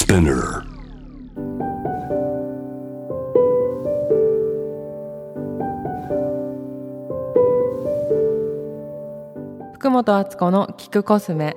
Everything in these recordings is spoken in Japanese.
Spinner. 福本敦子の聞くコスメ。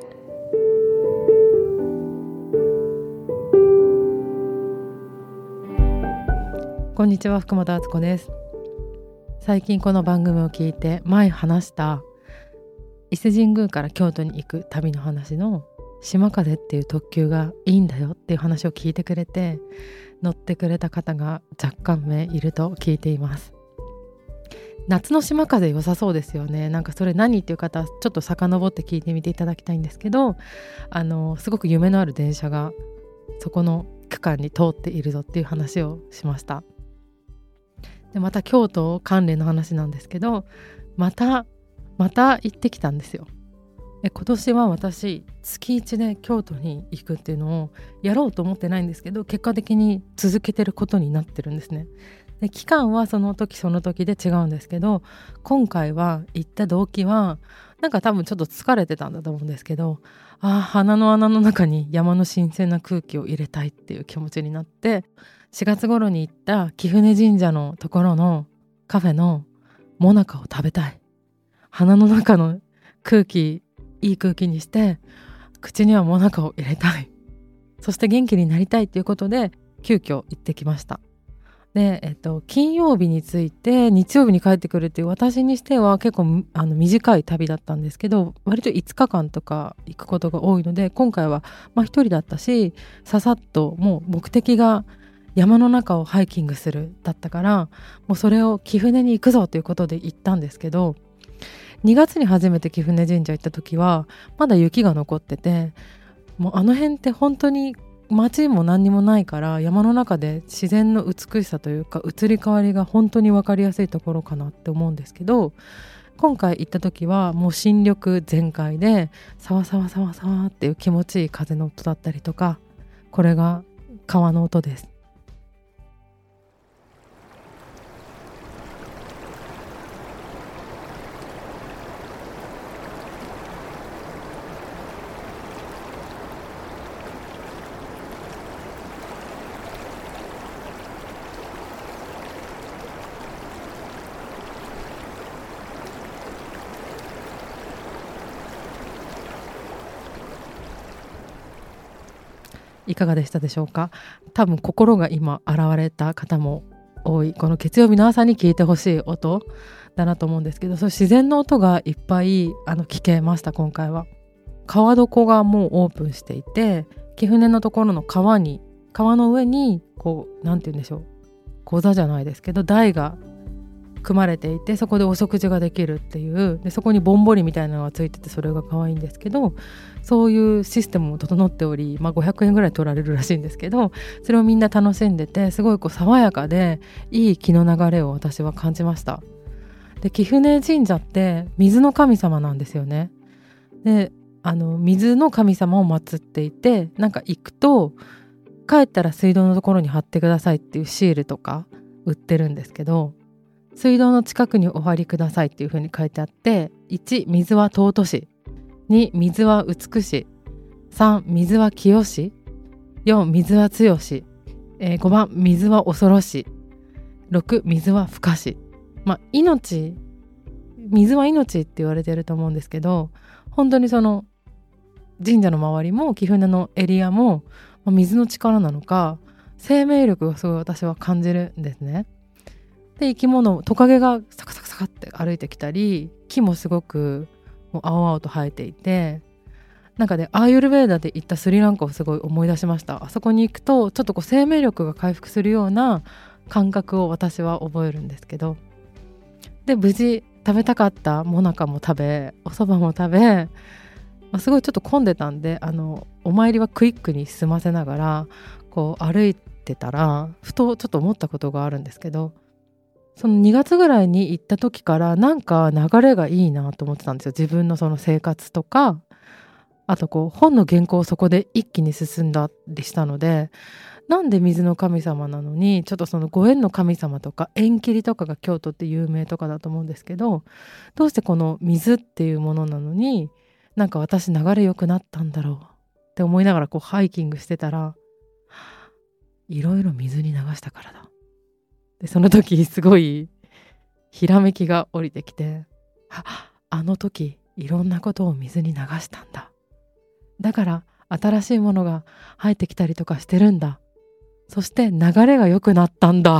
こんにちは、福本敦子です。最近この番組を聞いて前話した伊勢神宮から京都に行く旅の話の島風っていう特急がいいんだよっていう話を聞いてくれて、乗ってくれた方が若干名いると聞いています。夏の島風良さそうですよね。なんかそれ何っていう方ちょっと遡って聞いてみていただきたいんですけど、すごく夢のある電車がそこの区間に通っているぞっていう話をしました。でまた京都関連の話なんですけど、また行ってきたんですよ。今年は私月1で京都に行くっていうのをやろうと思ってないんですけど、結果的に続けてることになってるんですね。で期間はその時その時で違うんですけど、今回は行った動機はなんか多分ちょっと疲れてたんだと思うんですけど、鼻の穴の中に山の新鮮な空気を入れたいっていう気持ちになって、4月頃に行った貴船神社のところのカフェのもなかを食べたい。鼻の中の空気いい空気にして口にはもなかを入れたい、そして元気になりたいということで急遽行ってきました。で、金曜日に着いて日曜日に帰ってくるっていう、私にしては結構短い旅だったんですけど、割と5日間とか行くことが多いので、今回は一人だったし、ささっともう目的が山の中をハイキングするだったから、もうそれを貴船に行くぞということで行ったんですけど、2月に初めて貴船神社行った時はまだ雪が残ってて、もうあの辺って本当に街も何にもないから、山の中で自然の美しさというか移り変わりが本当に分かりやすいところかなって思うんですけど、今回行った時はもう新緑全開でサワサワサワサワっていう気持ちいい風の音だったりとか、これが川の音です。いかがでしたでしょうか。多分心が今現れた方も多い、この月曜日の朝に聞いてほしい音だなと思うんですけど、そういう自然の音がいっぱい聞けました。今回は川床がもうオープンしていて、貴船のところの川の上にこうなんて言うんでしょう、御座じゃないですけど台が組まれていて、そこでお食事ができるっていう、でそこにぼんぼりみたいなのがついてて、それが可愛いんですけど、そういうシステムも整っており、500円ぐらい取られるらしいんですけど、それをみんな楽しんでて、すごいこう爽やかでいい気の流れを私は感じました。で貴船神社って水の神様なんですよね。で水の神様を祀っていて、なんか行くと帰ったら水道のところに貼ってくださいっていうシールとか売ってるんですけど、水道の近くにお貼りくださいっていう風に書いてあって、1水は尊し、2水は美し、3水は清し、4水は強し、5番水は恐ろし、6水は深し。水は命って言われてると思うんですけど、本当にその神社の周りも貴船のエリアも水の力なのか生命力がすごい私は感じるんですね。で生き物、トカゲがサカサカサカって歩いてきたり、木もすごくもう青々と生えていて、なんかねアーユルヴェーダで行ったスリランカをすごい思い出しました。あそこに行くとちょっとこう生命力が回復するような感覚を私は覚えるんですけど、で無事食べたかったもなかも食べ、お蕎麦も食べ、すごいちょっと混んでたんでお参りはクイックに済ませながらこう歩いてたら、ふとちょっと思ったことがあるんですけど、その2月ぐらいに行った時からなんか流れがいいなと思ってたんですよ。自分のその生活とか、あとこう本の原稿をそこで一気に進んだりしたので、なんで水の神様なのにちょっとそのご縁の神様とか縁切りとかが京都って有名とかだと思うんですけど、どうしてこの水っていうものなのになんか私流れ良くなったんだろうって思いながらこうハイキングしてたら、 いろいろ水に流したからだ。でその時すごいひらめきが降りてきて、あの時いろんなことを水に流したんだ。だから新しいものが入ってきたりとかしてるんだ。そして流れが良くなったんだ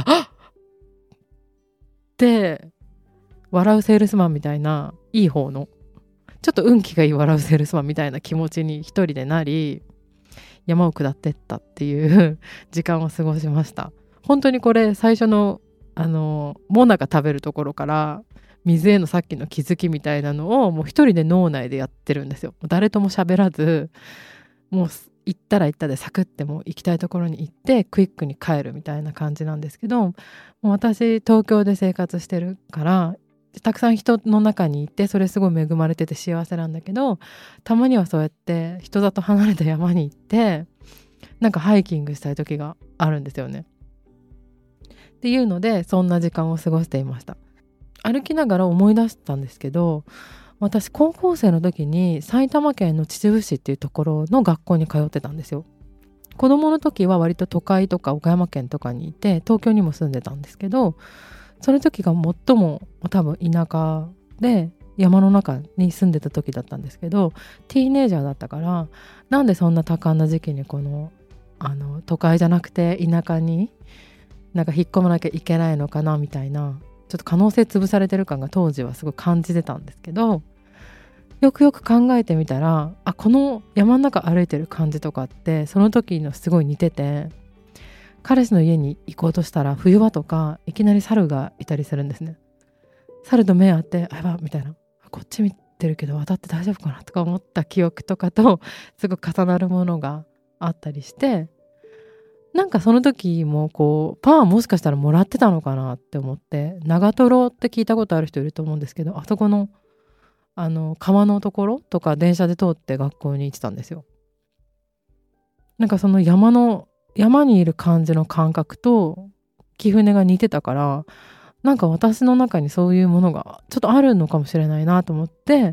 って笑うセールスマンみたいないい方のちょっと運気がいい笑うセールスマンみたいな気持ちに一人でなり、山を下ってったっていう時間を過ごしました。本当にこれ最初のモナが食べるところから水へのさっきの気づきみたいなのをもう一人で脳内でやってるんですよ。誰とも喋らず、もう行ったら行ったでサクッてもう行きたいところに行ってクイックに帰るみたいな感じなんですけど、もう私東京で生活してるからたくさん人の中にいて、それすごい恵まれてて幸せなんだけど、たまにはそうやって人里離れた山に行ってなんかハイキングしたい時があるんですよね。っていうのでそんな時間を過ごしていました。歩きながら思い出したんですけど、私高校生の時に埼玉県の秩父市っていうところの学校に通ってたんですよ。子供の時は割と都会とか岡山県とかにいて東京にも住んでたんですけど、その時が最も多分田舎で山の中に住んでた時だったんですけど、ティーネイジャーだったから、なんでそんな多感な時期にこの都会じゃなくて田舎になんか引っ込まなきゃいけないのかなみたいな、ちょっと可能性潰されてる感が当時はすごい感じてたんですけど、よくよく考えてみたら、この山の中歩いてる感じとかってその時のすごい似てて、彼氏の家に行こうとしたら冬場とかいきなり猿がいたりするんですね。猿と目合ってやばみたいな、こっち見てるけど渡って大丈夫かなとか思った記憶とかとすごい重なるものがあったりして、なんかその時もこうパワーもしかしたらもらってたのかなって思って、長瀞って聞いたことある人いると思うんですけど、あそこの川のところとか電車で通って学校に行ってたんですよ。なんかその山にいる感じの感覚と貴船が似てたから、なんか私の中にそういうものがちょっとあるのかもしれないなと思って、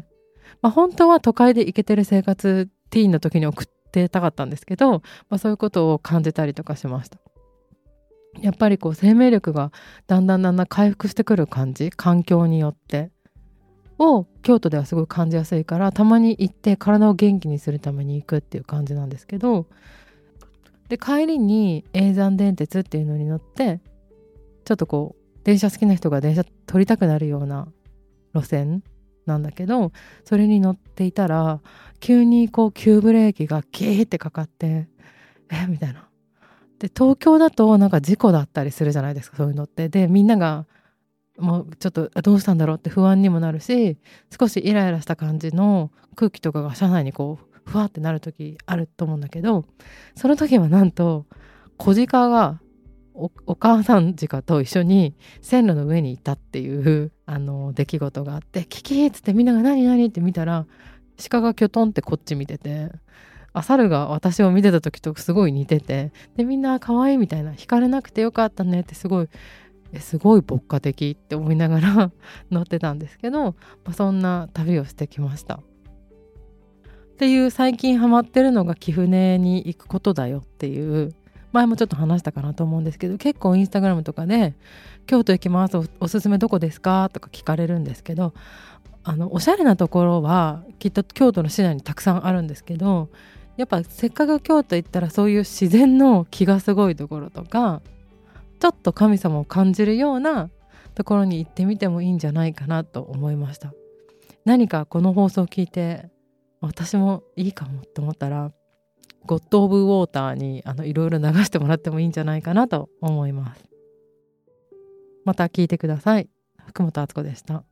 本当は都会でイケてる生活ティーンの時に送ってたかったんですけど、そういうことを感じたりとかしました。やっぱりこう生命力がだんだん回復してくる感じ、環境によってを京都ではすごい感じやすいから、たまに行って体を元気にするために行くっていう感じなんですけど、で帰りに叡山電鉄っていうのに乗って、ちょっとこう電車好きな人が電車撮りたくなるような路線なんだけど、それに乗っていたら急にこう急ブレーキがギーってかかって、みたいな。で東京だとなんか事故だったりするじゃないですか、そういうのって。でみんながもうちょっとどうしたんだろうって不安にもなるし、少しイライラした感じの空気とかが車内にこうふわってなる時あると思うんだけど、その時はなんと小鹿がお母さん鹿と一緒に線路の上にいたっていう出来事があって、キキーっつってみんなが何々って見たら、鹿がキョトンってこっち見てて、猿が私を見てた時とすごい似てて、でみんな可愛いみたいな、惹かれなくてよかったねってすごい牧歌的って思いながら乗ってたんですけど、そんな旅をしてきましたっていう。最近ハマってるのが貴船に行くことだよっていう、前もちょっと話したかなと思うんですけど、結構インスタグラムとかで京都行きます、おすすめどこですかとか聞かれるんですけど、おしゃれなところはきっと京都の市内にたくさんあるんですけど、やっぱせっかく京都行ったらそういう自然の気がすごいところとか、ちょっと神様を感じるようなところに行ってみてもいいんじゃないかなと思いました。何かこの放送を聞いて私もいいかもって思ったら、ゴッド・オブ・ウォーターにいろいろ流してもらってもいいんじゃないかなと思います。また聞いてください。福本敦子でした。